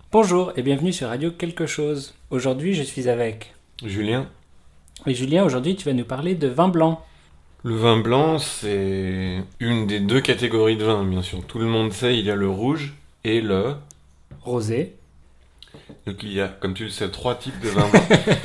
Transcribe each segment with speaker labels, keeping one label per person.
Speaker 1: Bonjour et bienvenue sur Radio Quelque chose. Aujourd'hui, je suis avec...
Speaker 2: Julien,
Speaker 1: Et Julien, aujourd'hui, tu vas nous parler de vin blanc.
Speaker 2: le vin blanc, c'est une des deux catégories de vin, bien sûr. Tout le monde sait, il y a le rouge et le...
Speaker 1: Rosé.
Speaker 2: Donc il y a, comme tu le sais, trois types de vin blanc.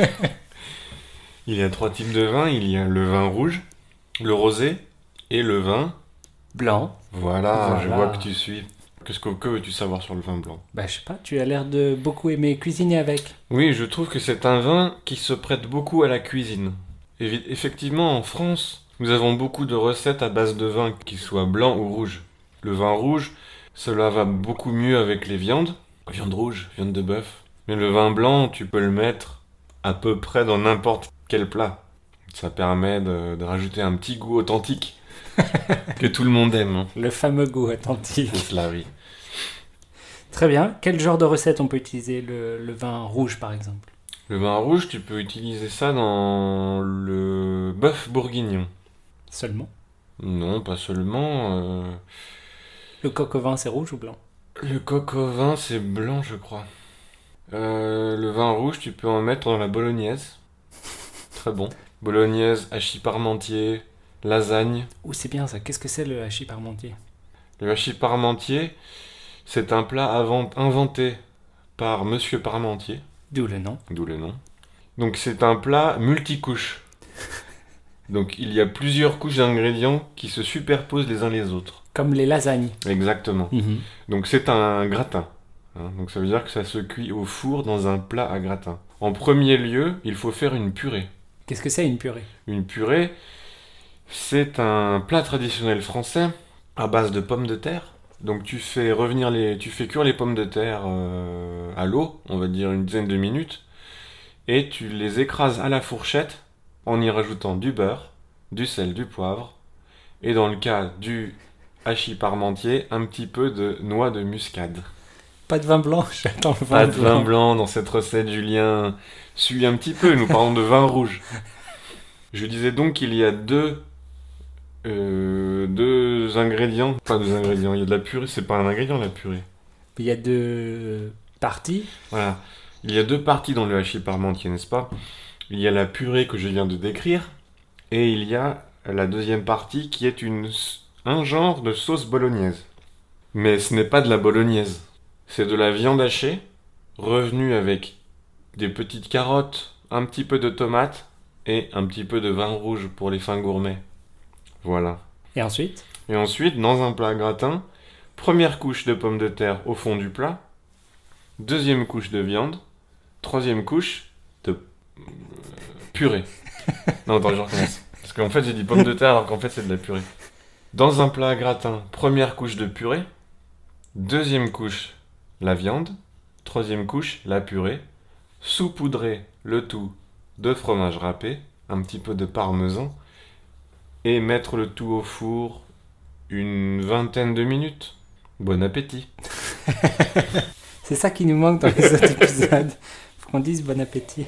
Speaker 2: Il y a trois types de vin. Il y a le vin rouge, le rosé et le vin...
Speaker 1: Blanc.
Speaker 2: Voilà, je
Speaker 1: Voilà.
Speaker 2: vois que tu suis. Que veux-tu savoir sur le vin blanc?
Speaker 1: Bah, je sais pas, tu as l'air de beaucoup aimer cuisiner avec.
Speaker 2: Oui, je trouve que c'est un vin qui se prête beaucoup à la cuisine. Effectivement, en France, nous avons beaucoup de recettes à base de vin, qu'ils soient blancs ou rouges. Le vin rouge, cela va beaucoup mieux avec les viandes. Viande rouge, viande de bœuf. Mais le vin blanc, tu peux le mettre à peu près dans n'importe quel plat. Ça permet de rajouter un petit goût authentique que tout le monde aime. Hein.
Speaker 1: Le fameux goût attentif.
Speaker 2: C'est cela, oui.
Speaker 1: Très bien. Quel genre de recette on peut utiliser le vin rouge, par exemple?
Speaker 2: Le vin rouge, tu peux utiliser ça dans le bœuf bourguignon.
Speaker 1: Seulement.
Speaker 2: Non, pas seulement.
Speaker 1: Le coq au vin, c'est rouge ou blanc?
Speaker 2: Le coq au vin, c'est blanc, je crois. Le vin rouge, tu peux en mettre dans la bolognaise. Très bon. Bolognaise, hachis parmentier, lasagne.
Speaker 1: Ouh, c'est bien ça. Qu'est-ce que c'est le hachis parmentier?
Speaker 2: Le hachis parmentier, c'est un plat inventé par Monsieur Parmentier,
Speaker 1: D'où le nom.
Speaker 2: d'où le nom. Donc c'est un plat multicouche. Donc il y a plusieurs couches d'ingrédients qui se superposent les uns les autres.
Speaker 1: Comme les lasagnes.
Speaker 2: Exactement.
Speaker 1: Mhm.
Speaker 2: Donc c'est un gratin. Hein. Donc ça veut dire que ça se cuit au four dans un plat à gratin. En premier lieu, il faut faire une purée.
Speaker 1: Qu'est-ce que c'est une purée?
Speaker 2: Une purée, c'est un plat traditionnel français à base de pommes de terre. Donc tu fais cuire les pommes de terre à l'eau, on va dire une dizaine de minutes, et tu les écrases à la fourchette en y rajoutant du beurre, du sel, du poivre, et dans le cas du hachis parmentier, un petit peu de noix de muscade.
Speaker 1: Pas de vin blanc, j'attends le vin
Speaker 2: Pas de vin
Speaker 1: blanc.
Speaker 2: blanc dans cette recette, Julien. Suis un petit peu, nous parlons de vin rouge. Je disais donc qu'il y a deux ingrédients. Pas deux ingrédients, il y a de la purée, c'est pas un ingrédient la purée.
Speaker 1: Il y a deux parties.
Speaker 2: Voilà. Il y a deux parties dans le hachis parmentier, n'est-ce pas? Il y a la purée que je viens de décrire, et il y a la deuxième partie qui est un genre de sauce bolognaise. Mais ce n'est pas de la bolognaise. C'est de la viande hachée, revenue avec des petites carottes, un petit peu de tomates et un petit peu de vin rouge pour les fins gourmets. Voilà.
Speaker 1: Et ensuite?
Speaker 2: Et ensuite, dans un plat gratin, première couche de pommes de terre au fond du plat, deuxième couche de viande, troisième couche de purée. Non, attends, je recommence. Parce qu'en fait, j'ai dit pommes de terre alors qu'en fait, c'est de la purée. Dans un plat gratin, première couche de purée, deuxième couche, la viande, troisième couche, la purée, saupoudrer le tout de fromage râpé, un petit peu de parmesan, et mettre le tout au four une vingtaine de minutes. Bon appétit.
Speaker 1: C'est ça qui nous manque dans les autres épisodes. Faut qu'on dise bon appétit.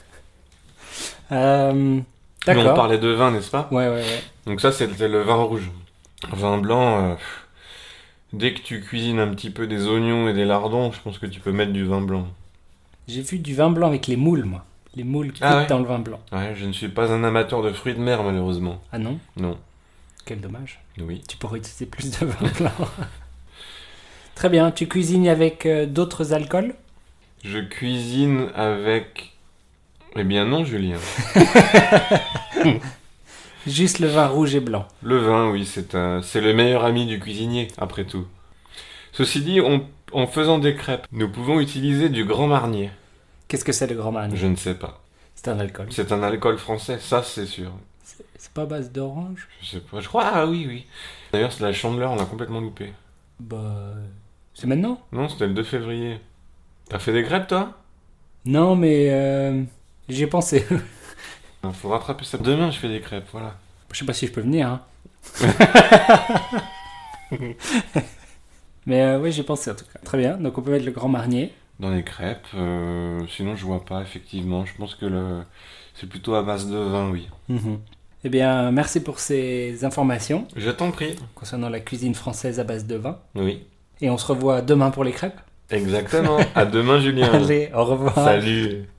Speaker 2: Mais on
Speaker 1: D'accord.
Speaker 2: parlait de vin, n'est-ce pas?
Speaker 1: Ouais.
Speaker 2: Donc ça, c'était le vin rouge. Vin blanc, dès que tu cuisines un petit peu des oignons et des lardons, je pense que tu peux mettre du vin blanc.
Speaker 1: J'ai vu du vin blanc avec les moules, moi. Les moules qui
Speaker 2: Ah
Speaker 1: coupent
Speaker 2: ouais?
Speaker 1: dans le vin blanc.
Speaker 2: Ouais, je ne suis pas un amateur de fruits de mer, malheureusement.
Speaker 1: Ah non?
Speaker 2: Non.
Speaker 1: Quel dommage.
Speaker 2: Oui.
Speaker 1: Tu pourrais utiliser plus de vin blanc. Très bien. Tu cuisines avec d'autres alcools?
Speaker 2: Je cuisine avec... Eh bien non, Julien.
Speaker 1: Juste le vin rouge et blanc.
Speaker 2: Le vin, oui, c'est le meilleur ami du cuisinier, après tout. Ceci dit, en faisant des crêpes, nous pouvons utiliser du Grand Marnier.
Speaker 1: Qu'est-ce que c'est le grand marnier?
Speaker 2: Je ne sais pas.
Speaker 1: C'est un alcool.
Speaker 2: C'est un alcool français, ça c'est sûr.
Speaker 1: C'est pas à base d'orange?
Speaker 2: Je sais pas, je crois, ah oui, oui. D'ailleurs, c'est la Chandeleur, on l'a complètement loupé.
Speaker 1: Bah... C'est maintenant?
Speaker 2: Non, c'était le 2 février. T'as fait des crêpes, toi?
Speaker 1: Non, mais... J'y ai pensé.
Speaker 2: Faut rattraper ça. Demain, je fais des crêpes, voilà.
Speaker 1: Je sais pas si je peux venir, hein. Mais oui, j'ai pensé en tout cas. Très bien, donc on peut mettre le grand marnier.
Speaker 2: Dans les crêpes, sinon je vois pas, effectivement. Je pense que c'est plutôt à base de vin, oui.
Speaker 1: Mhm. Eh bien, merci pour ces informations
Speaker 2: Je t'en prie.
Speaker 1: concernant la cuisine française à base de vin.
Speaker 2: Oui.
Speaker 1: Et on se revoit demain pour les crêpes.
Speaker 2: Exactement. À demain, Julien.
Speaker 1: Allez, au revoir.
Speaker 2: Salut.